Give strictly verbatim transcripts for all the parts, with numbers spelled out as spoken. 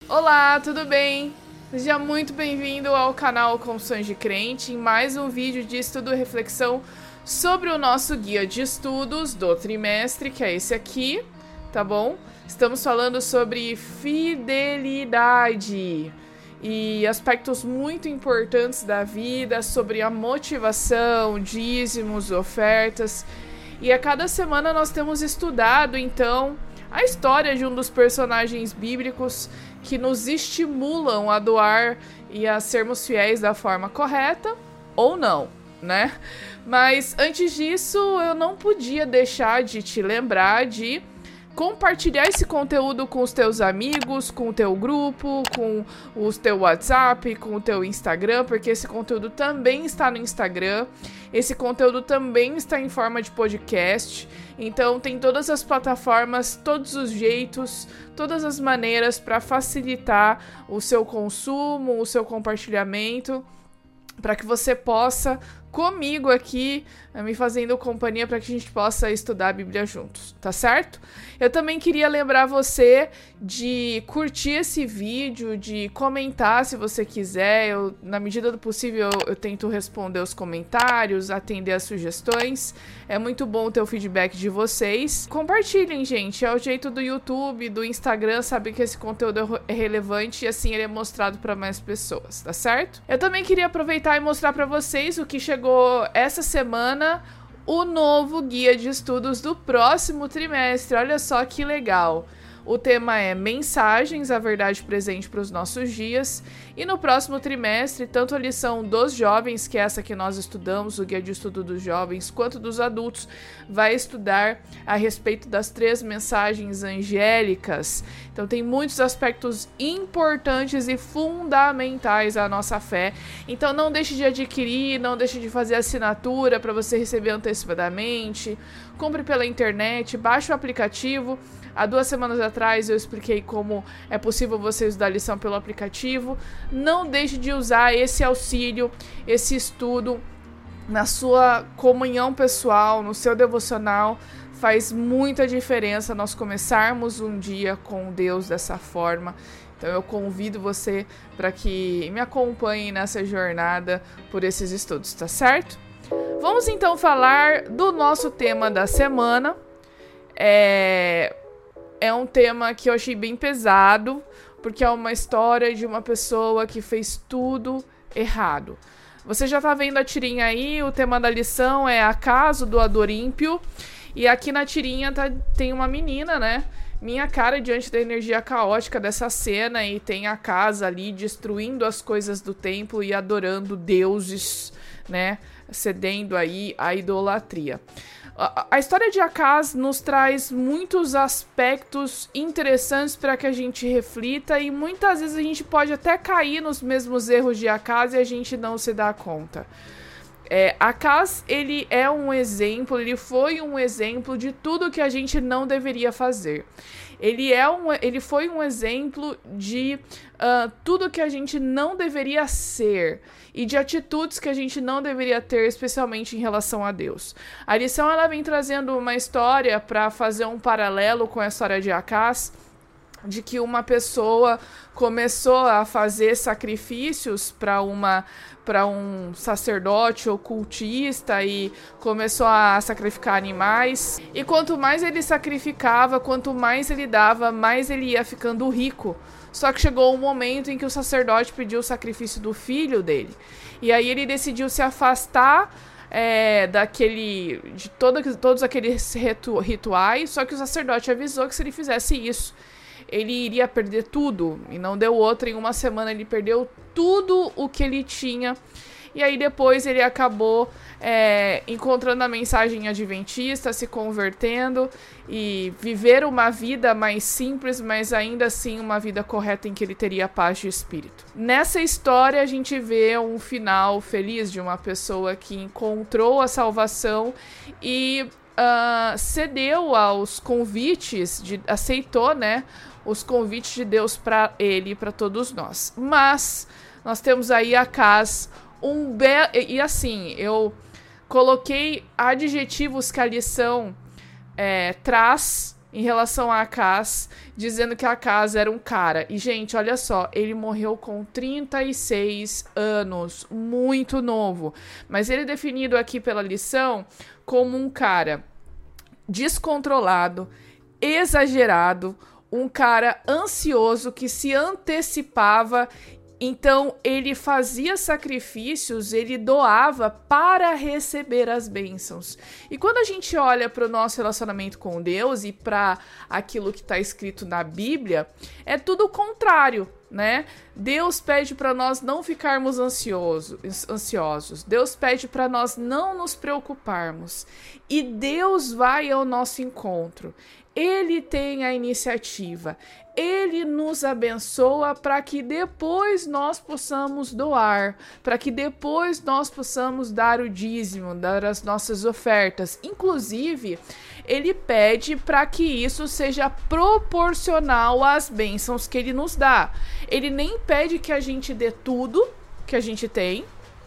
Olá, tudo bem? Seja muito bem-vindo ao canal Confissões de Crente, em mais um vídeo de estudo e reflexão sobre o nosso guia de estudos do trimestre, que é esse aqui, tá bom? Estamos falando sobre fidelidade e aspectos muito importantes da vida, sobre a motivação, dízimos, ofertas. E a cada semana nós temos estudado, então, a história de um dos personagens bíblicos que nos estimulam a doar e a sermos fiéis da forma correta, ou não, né? Mas antes disso, eu não podia deixar de te lembrar de compartilhar esse conteúdo com os teus amigos, com o teu grupo, com o teu WhatsApp, com o teu Instagram, porque esse conteúdo também está no Instagram, esse conteúdo também está em forma de podcast, então tem todas as plataformas, todos os jeitos, todas as maneiras para facilitar o seu consumo, o seu compartilhamento, para que você possa, comigo aqui, me fazendo companhia para que a gente possa estudar a Bíblia juntos, tá certo? Eu também queria lembrar você de curtir esse vídeo, de comentar se você quiser. Eu, na medida do possível, eu, eu tento responder os comentários, atender as sugestões. É muito bom ter o feedback de vocês. Compartilhem, gente. É o jeito do YouTube, do Instagram, saber que esse conteúdo é relevante e assim ele é mostrado para mais pessoas, tá certo? Eu também queria aproveitar e mostrar para vocês o que chegou essa semana, o novo guia de estudos do próximo trimestre. Olha só que legal. O tema é mensagens, a verdade presente para os nossos dias. E no próximo trimestre, tanto a lição dos jovens, que é essa que nós estudamos, o guia de estudo dos jovens, quanto dos adultos, vai estudar a respeito das três mensagens angélicas. Então tem muitos aspectos importantes e fundamentais à nossa fé. Então não deixe de adquirir, não deixe de fazer assinatura para você receber antecipadamente. Compre pela internet, baixe o aplicativo. Há duas semanas atrás eu expliquei como é possível você estudar a lição pelo aplicativo. Não deixe de usar esse auxílio, esse estudo na sua comunhão pessoal, no seu devocional. Faz muita diferença nós começarmos um dia com Deus dessa forma. Então eu convido você para que me acompanhe nessa jornada por esses estudos, tá certo? Vamos então falar do nosso tema da semana. É... É um tema que eu achei bem pesado, porque é uma história de uma pessoa que fez tudo errado. Você já tá vendo a tirinha aí, o tema da lição é Acaso, doador ímpio. E aqui na tirinha tá, tem uma menina, né? Minha cara diante da energia caótica dessa cena, e tem a casa ali destruindo as coisas do templo e adorando deuses, né? Cedendo aí à idolatria. A história de Acaz nos traz muitos aspectos interessantes para que a gente reflita, e muitas vezes a gente pode até cair nos mesmos erros de Acaz e a gente não se dá conta. É, Acaz, ele é um exemplo, ele foi um exemplo de tudo que a gente não deveria fazer. Ele, é um, ele foi um exemplo de uh, tudo que a gente não deveria ser e de atitudes que a gente não deveria ter, especialmente em relação a Deus. A lição ela vem trazendo uma história para fazer um paralelo com a história de Acaz, de que uma pessoa começou a fazer sacrifícios para uma para um sacerdote ocultista e começou a sacrificar animais. E quanto mais ele sacrificava, quanto mais ele dava, mais ele ia ficando rico. Só que chegou um momento em que o sacerdote pediu o sacrifício do filho dele. E aí ele decidiu se afastar É, daquele, de todo, todos aqueles ritu, rituais, só que o sacerdote avisou que se ele fizesse isso, ele iria perder tudo, e não deu outra. Em uma semana ele perdeu tudo o que ele tinha, e aí depois ele acabou é, encontrando a mensagem adventista, se convertendo e viver uma vida mais simples, mas ainda assim uma vida correta em que ele teria paz de espírito. Nessa história a gente vê um final feliz de uma pessoa que encontrou a salvação e uh, cedeu aos convites, de, aceitou, né, os convites de Deus para ele e para todos nós. Mas nós temos aí Acaz, um belo... E assim, eu coloquei adjetivos que a lição é, traz em relação a Acaz, dizendo que Acaz era um cara. E, gente, olha só, ele morreu com trinta e seis anos, muito novo. Mas ele é definido aqui pela lição como um cara descontrolado, exagerado, um cara ansioso que se antecipava. Então, ele fazia sacrifícios, ele doava para receber as bênçãos. E quando a gente olha para o nosso relacionamento com Deus e para aquilo que está escrito na Bíblia, é tudo o contrário, né? Deus pede para nós não ficarmos ansioso, ansiosos. Deus pede para nós não nos preocuparmos. E Deus vai ao nosso encontro. Ele tem a iniciativa. Ele nos abençoa para que depois nós possamos doar, para que depois nós possamos dar o dízimo, dar as nossas ofertas. Inclusive, ele pede para que isso seja proporcional às bênçãos que ele nos dá. Ele nem pede que a gente dê tudo que a gente tem.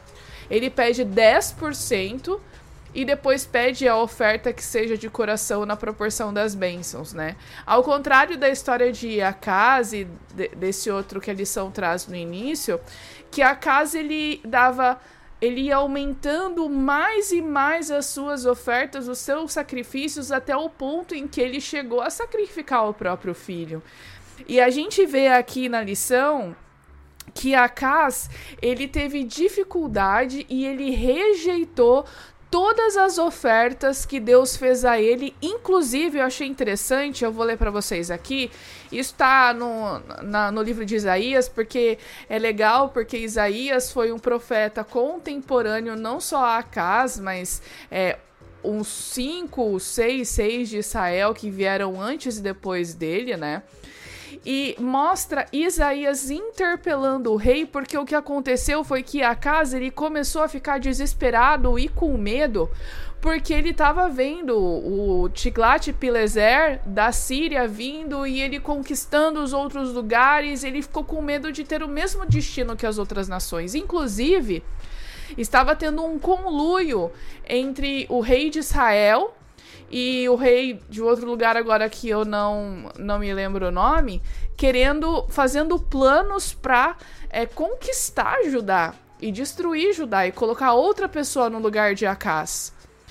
Ele pede dez por cento. E depois pede a oferta que seja de coração na proporção das bênçãos, né? Ao contrário da história de Acaz e de, desse outro que a lição traz no início, que Acaz ele dava, ele ia aumentando mais e mais as suas ofertas, os seus sacrifícios, até o ponto em que ele chegou a sacrificar o próprio filho. E a gente vê aqui na lição que Acaz, ele teve dificuldade e ele rejeitou todas as ofertas que Deus fez a ele. Inclusive, eu achei interessante, eu vou ler para vocês aqui, isso está no, na, no livro de Isaías, porque é legal, porque Isaías foi um profeta contemporâneo, não só a Acaz, mas é, uns cinco, seis, seis de Israel que vieram antes e depois dele, né? E mostra Isaías interpelando o rei, porque o que aconteceu foi que Acaz ele começou a ficar desesperado e com medo, porque ele estava vendo o Tiglat-Pileser da Síria vindo e ele conquistando os outros lugares. Ele ficou com medo de ter o mesmo destino que as outras nações. Inclusive, estava tendo um conluio entre o rei de Israel e o rei de outro lugar agora que eu não, não me lembro o nome, querendo, fazendo planos para é, conquistar Judá e destruir Judá e colocar outra pessoa no lugar de Acaz.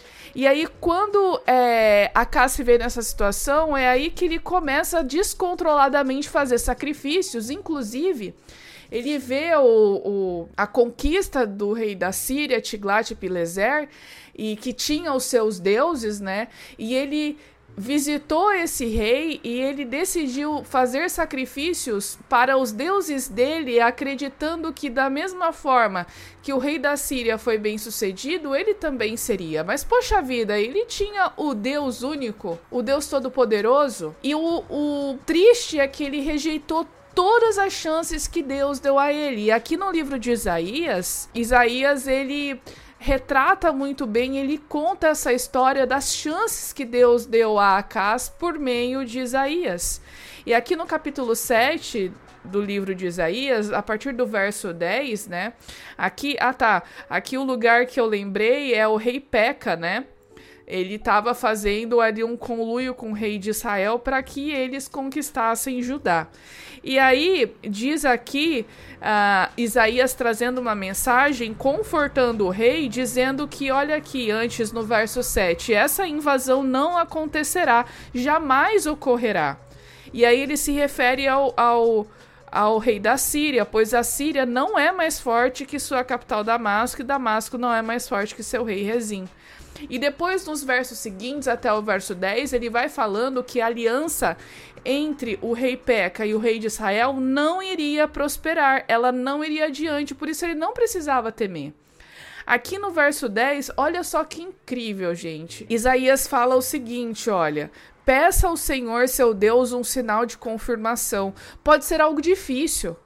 E aí, quando é, Acaz se vê nessa situação, é aí que ele começa a descontroladamente fazer sacrifícios. Inclusive, ele vê o, o, a conquista do rei da Síria, Tiglat-Pileser, e que tinha os seus deuses, né? E ele visitou esse rei e ele decidiu fazer sacrifícios para os deuses dele, acreditando que da mesma forma que o rei da Síria foi bem sucedido, ele também seria. Mas poxa vida, ele tinha o Deus único, o Deus todo-poderoso, e o, o triste é que ele rejeitou todas as chances que Deus deu a ele. E aqui no livro de Isaías, Isaías ele retrata muito bem, ele conta essa história das chances que Deus deu a Acaz por meio de Isaías. E aqui no capítulo sete do livro de Isaías, a partir do verso dez, né? Aqui, ah tá, aqui o lugar que eu lembrei é o rei Peca, né? Ele estava fazendo ali um conluio com o rei de Israel para que eles conquistassem Judá. E aí, diz aqui, uh, Isaías trazendo uma mensagem, confortando o rei, dizendo que, olha aqui, antes no verso sete, essa invasão não acontecerá, jamais ocorrerá. E aí ele se refere ao, ao, ao rei da Síria, pois a Síria não é mais forte que sua capital Damasco, e Damasco não é mais forte que seu rei Rezim. E depois, nos versos seguintes, até o verso dez, ele vai falando que a aliança entre o rei Peca e o rei de Israel não iria prosperar, ela não iria adiante, por isso ele não precisava temer. Aqui no verso dez, olha só que incrível, gente. Isaías fala o seguinte, olha: peça ao Senhor, seu Deus, um sinal de confirmação. Pode ser algo difícil,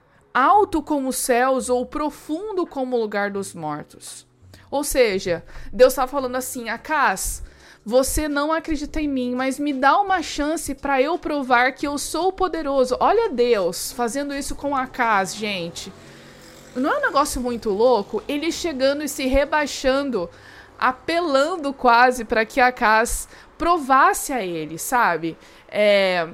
alto como os céus ou profundo como o lugar dos mortos. Ou seja, Deus está falando assim: Acaz, você não acredita em mim, mas me dá uma chance para eu provar que eu sou poderoso. Olha Deus fazendo isso com Acaz, gente. Não é um negócio muito louco? Ele chegando e se rebaixando, apelando quase para que Acaz provasse a ele, sabe? É...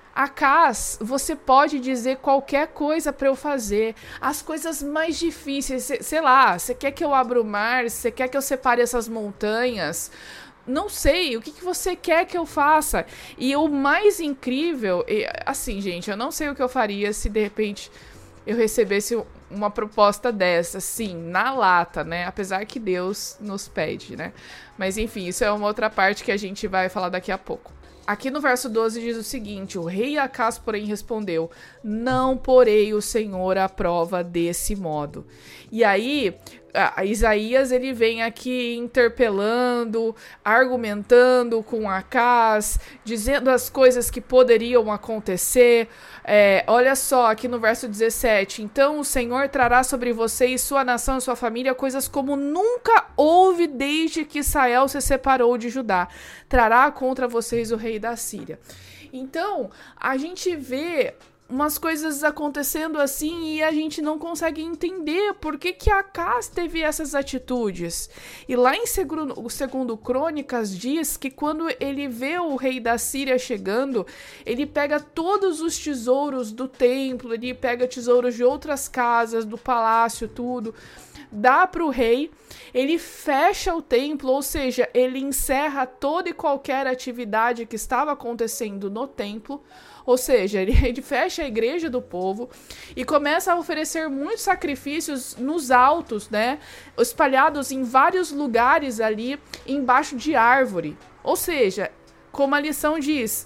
Acás, você pode dizer qualquer coisa para eu fazer, as coisas mais difíceis, sei lá, você quer que eu abra o mar, você quer que eu separe essas montanhas, não sei, o que, que você quer que eu faça? E o mais incrível, assim, gente, eu não sei o que eu faria se de repente eu recebesse uma proposta dessa, sim, na lata, né? Apesar que Deus nos pede, né? Mas enfim, isso é uma outra parte que a gente vai falar daqui a pouco. Aqui no verso doze diz o seguinte: o rei Acás, porém, respondeu: não porei o Senhor à prova desse modo. E aí, a Isaías, ele vem aqui interpelando, argumentando com Acás, dizendo as coisas que poderiam acontecer. É, olha só, aqui no verso dezessete: então o Senhor trará sobre você e sua nação e sua família coisas como nunca houve desde que Israel se separou de Judá. Trará contra vocês o rei da Síria. Então, a gente vê umas coisas acontecendo assim e a gente não consegue entender por que que Acás teve essas atitudes. E lá em segundo, o segundo Crônicas diz que quando ele vê o rei da Síria chegando, ele pega todos os tesouros do templo, ele pega tesouros de outras casas, do palácio, tudo, dá para o rei, ele fecha o templo, ou seja, ele encerra toda e qualquer atividade que estava acontecendo no templo. Ou seja, ele, ele fecha a igreja do povo e começa a oferecer muitos sacrifícios nos altos, né? Espalhados em vários lugares ali embaixo de árvore. Ou seja, como a lição diz,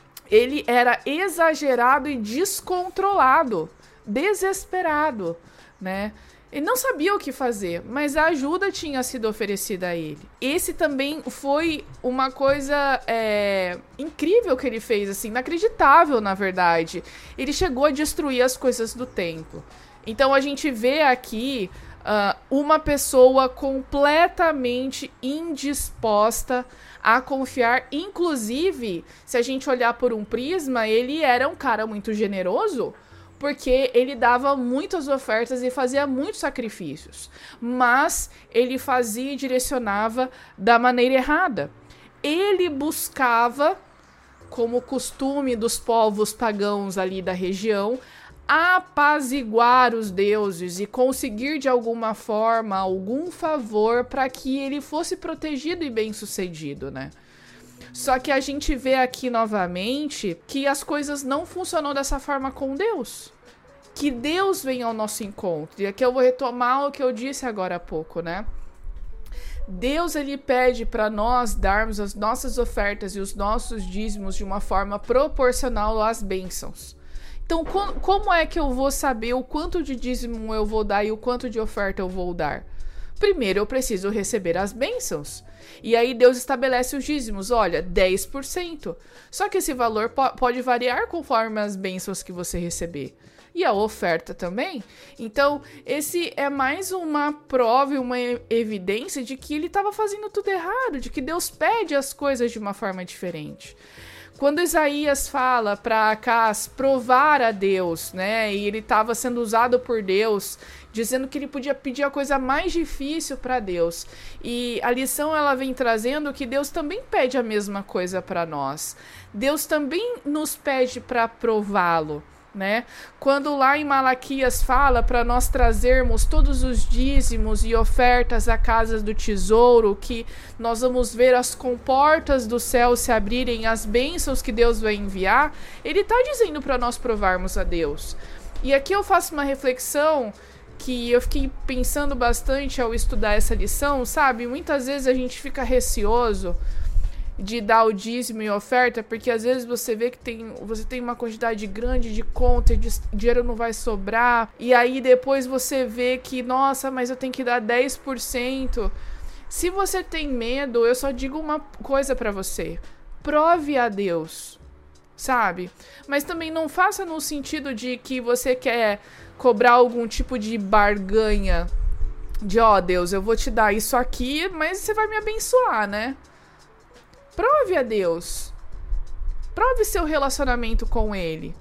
ele era exagerado e descontrolado, desesperado, né? Ele não sabia o que fazer, mas a ajuda tinha sido oferecida a ele. Esse também foi uma coisa é, incrível que ele fez, assim, inacreditável, na verdade. Ele chegou a destruir as coisas do templo. Então a gente vê aqui uh, uma pessoa completamente indisposta a confiar. Inclusive, se a gente olhar por um prisma, ele era um cara muito generoso, porque ele dava muitas ofertas e fazia muitos sacrifícios, mas ele fazia e direcionava da maneira errada. Ele buscava, como costume dos povos pagãos ali da região, apaziguar os deuses e conseguir de alguma forma algum favor para que ele fosse protegido e bem-sucedido, né? Só que a gente vê aqui novamente que as coisas não funcionam dessa forma com Deus. Que Deus venha ao nosso encontro. E aqui eu vou retomar o que eu disse agora há pouco, né? Deus, ele pede para nós darmos as nossas ofertas e os nossos dízimos de uma forma proporcional às bênçãos. Então, com, como é que eu vou saber o quanto de dízimo eu vou dar e o quanto de oferta eu vou dar? Primeiro, eu preciso receber as bênçãos. E aí Deus estabelece os dízimos, olha, dez por cento. Só que esse valor po- pode variar conforme as bênçãos que você receber. E a oferta também. Então, esse é mais uma prova e uma evidência de que ele estava fazendo tudo errado, de que Deus pede as coisas de uma forma diferente. Quando Isaías fala para Acás provar a Deus, né, e ele estava sendo usado por Deus, dizendo que ele podia pedir a coisa mais difícil para Deus. E a lição, ela vem trazendo que Deus também pede a mesma coisa para nós. Deus também nos pede para prová-lo, né? Quando lá em Malaquias fala para nós trazermos todos os dízimos e ofertas à casa do tesouro, que nós vamos ver as comportas do céu se abrirem, as bênçãos que Deus vai enviar, ele está dizendo para nós provarmos a Deus. E aqui eu faço uma reflexão que eu fiquei pensando bastante ao estudar essa lição, sabe? Muitas vezes a gente fica receoso de dar o dízimo e oferta, porque às vezes você vê que tem, você tem uma quantidade grande de conta e de dinheiro não vai sobrar, e aí depois você vê que, nossa, mas eu tenho que dar dez por cento. Se você tem medo, eu só digo uma coisa pra você: prove a Deus, sabe? Mas também não faça no sentido de que você quer cobrar algum tipo de barganha, de, ó, Deus, eu vou te dar isso aqui, mas você vai me abençoar, né? Prove a Deus. Prove seu relacionamento com Ele.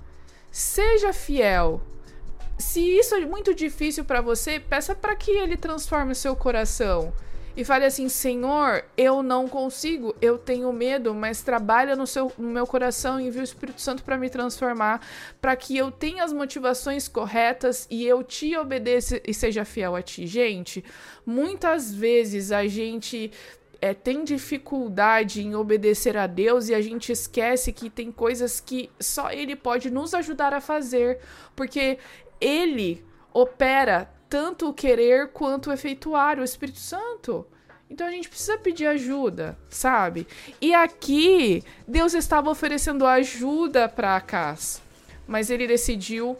Seja fiel. Se isso é muito difícil para você, peça para que Ele transforme o seu coração. e fale assim: Senhor, eu não consigo, eu tenho medo, mas trabalha no, seu, no meu coração e envia o Espírito Santo para me transformar, para que eu tenha as motivações corretas e eu te obedeça e seja fiel a ti. Gente, muitas vezes a gente é, tem dificuldade em obedecer a Deus e a gente esquece que tem coisas que só Ele pode nos ajudar a fazer, porque Ele opera tanto o querer quanto o efetuar, o Espírito Santo. Então a gente precisa pedir ajuda, sabe? E aqui, Deus estava oferecendo ajuda para Acaz, mas ele decidiu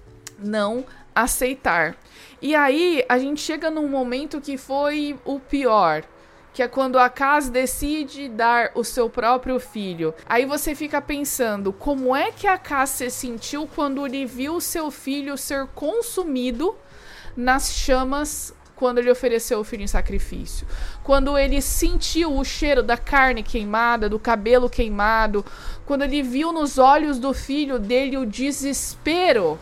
não aceitar. E aí, a gente chega num momento que foi o pior, que é quando Acaz decide dar o seu próprio filho. Aí você fica pensando, como é que Acaz se sentiu quando ele viu o seu filho ser consumido nas chamas, quando ele ofereceu o filho em sacrifício, quando ele sentiu o cheiro da carne queimada, do cabelo queimado, quando ele viu nos olhos do filho dele o desespero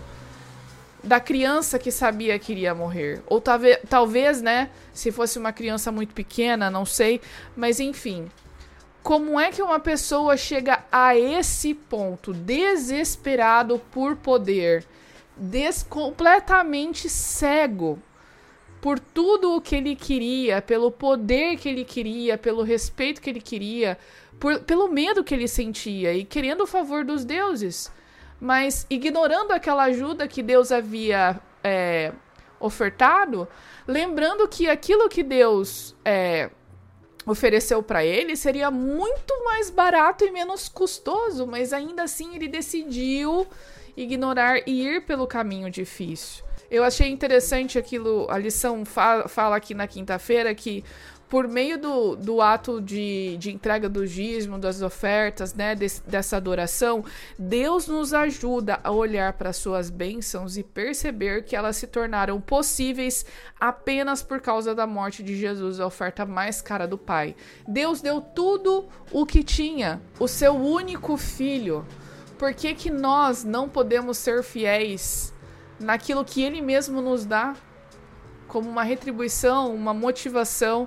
da criança que sabia que iria morrer, ou talvez, talvez, né, se fosse uma criança muito pequena, não sei, mas enfim, como é que uma pessoa chega a esse ponto, desesperado por poder, Des completamente cego por tudo o que ele queria, pelo poder que ele queria, pelo respeito que ele queria, por, pelo medo que ele sentia e querendo o favor dos deuses, mas ignorando aquela ajuda que Deus havia é, ofertado, lembrando que aquilo que Deus é, ofereceu para ele seria muito mais barato e menos custoso, mas ainda assim ele decidiu ignorar e ir pelo caminho difícil. Eu achei interessante aquilo, a lição fa- fala aqui na quinta-feira que por meio do, do ato de, de entrega do dízimo, das ofertas, né, desse, dessa adoração, Deus nos ajuda a olhar para suas bênçãos e perceber que elas se tornaram possíveis apenas por causa da morte de Jesus, a oferta mais cara do Pai. Deus deu tudo o que tinha, o seu único filho. Por que que nós não podemos ser fiéis naquilo que Ele mesmo nos dá como uma retribuição, uma motivação?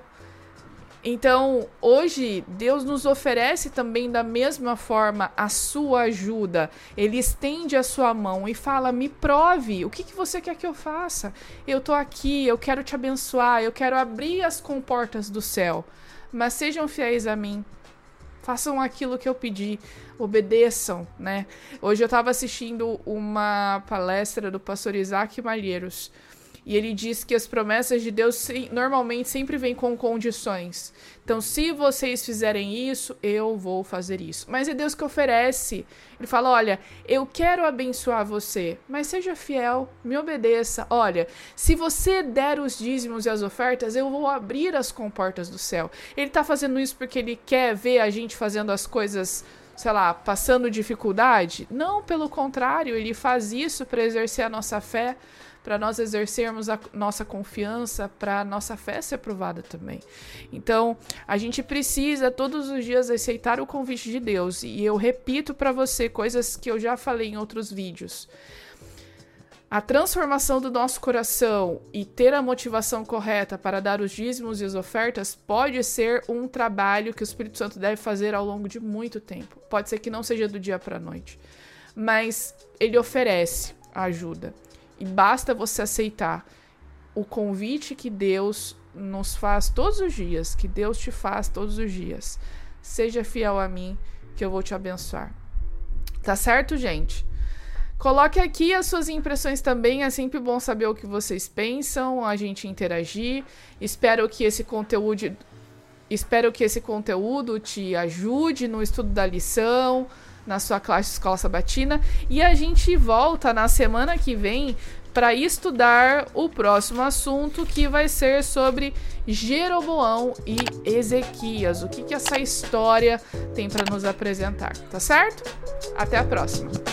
Então, hoje, Deus nos oferece também da mesma forma a sua ajuda. Ele estende a sua mão e fala: me prove, o que que você quer que eu faça? Eu tô aqui, eu quero te abençoar, eu quero abrir as comportas do céu, mas sejam fiéis a mim. Façam aquilo que eu pedi, obedeçam, né? Hoje eu estava assistindo uma palestra do pastor Isaac Malheiros e ele diz que as promessas de Deus se, normalmente sempre vêm com condições. Então, se vocês fizerem isso, eu vou fazer isso. Mas é Deus que oferece. Ele fala: olha, eu quero abençoar você, mas seja fiel, me obedeça. Olha, se você der os dízimos e as ofertas, eu vou abrir as comportas do céu. Ele está fazendo isso porque ele quer ver a gente fazendo as coisas, sei lá, passando dificuldade? Não, pelo contrário, ele faz isso para exercer a nossa fé, para nós exercermos a nossa confiança, para a nossa fé ser aprovada também. Então, a gente precisa todos os dias aceitar o convite de Deus. E eu repito para você coisas que eu já falei em outros vídeos. A transformação do nosso coração e ter a motivação correta para dar os dízimos e as ofertas pode ser um trabalho que o Espírito Santo deve fazer ao longo de muito tempo. Pode ser que não seja do dia para a noite, mas ele oferece ajuda. E basta você aceitar o convite que Deus nos faz todos os dias, que Deus te faz todos os dias. Seja fiel a mim, que eu vou te abençoar. Tá certo, gente? Coloque aqui as suas impressões também, é sempre bom saber o que vocês pensam, a gente interagir. Espero que esse conteúdo, espero que esse conteúdo te ajude no estudo da lição, na sua classe de escola sabatina. E a gente volta na semana que vem para estudar o próximo assunto, que vai ser sobre Jeroboão e Ezequias. O que que essa história tem para nos apresentar, tá certo? Até a próxima!